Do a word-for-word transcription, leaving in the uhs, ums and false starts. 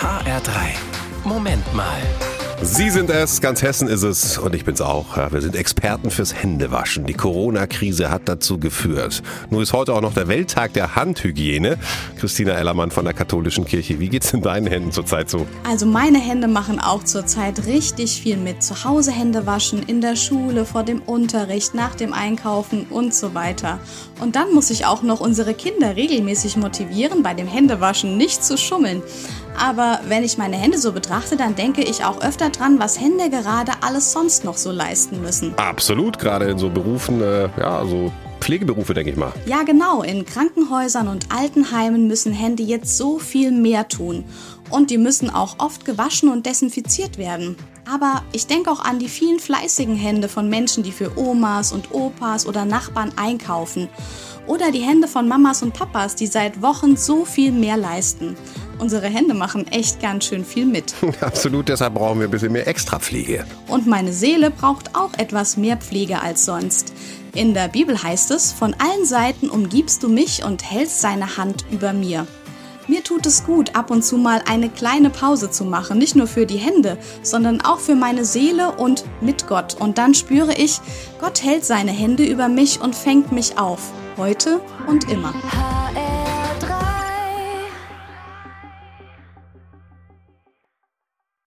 H R drei. Moment mal. Sie sind es, ganz Hessen ist es und ich bin's auch. Ja, wir sind Experten fürs Händewaschen. Die Corona-Krise hat dazu geführt. Nur ist heute auch noch der Welttag der Handhygiene. Christina Ellermann von der Katholischen Kirche, wie geht's in deinen Händen zurzeit so? Also meine Hände machen auch zurzeit richtig viel mit. Zu Hause Hände waschen, in der Schule, vor dem Unterricht, nach dem Einkaufen und so weiter. Und dann muss ich auch noch unsere Kinder regelmäßig motivieren, bei dem Händewaschen nicht zu schummeln. Aber wenn ich meine Hände so betrachte, dann denke ich auch öfter dran, was Hände gerade alles sonst noch so leisten müssen. Absolut, gerade in so Berufen, äh, ja, so Pflegeberufe, denke ich mal. Ja, genau. In Krankenhäusern und Altenheimen müssen Hände jetzt so viel mehr tun. Und die müssen auch oft gewaschen und desinfiziert werden. Aber ich denke auch an die vielen fleißigen Hände von Menschen, die für Omas und Opas oder Nachbarn einkaufen. Oder die Hände von Mamas und Papas, die seit Wochen so viel mehr leisten. Unsere Hände machen echt ganz schön viel mit. Absolut, deshalb brauchen wir ein bisschen mehr Extrapflege. Und meine Seele braucht auch etwas mehr Pflege als sonst. In der Bibel heißt es, von allen Seiten umgibst du mich und hältst deine Hand über mir. Mir tut es gut, ab und zu mal eine kleine Pause zu machen, nicht nur für die Hände, sondern auch für meine Seele und mit Gott. Und dann spüre ich, Gott hält seine Hände über mich und fängt mich auf, heute und immer.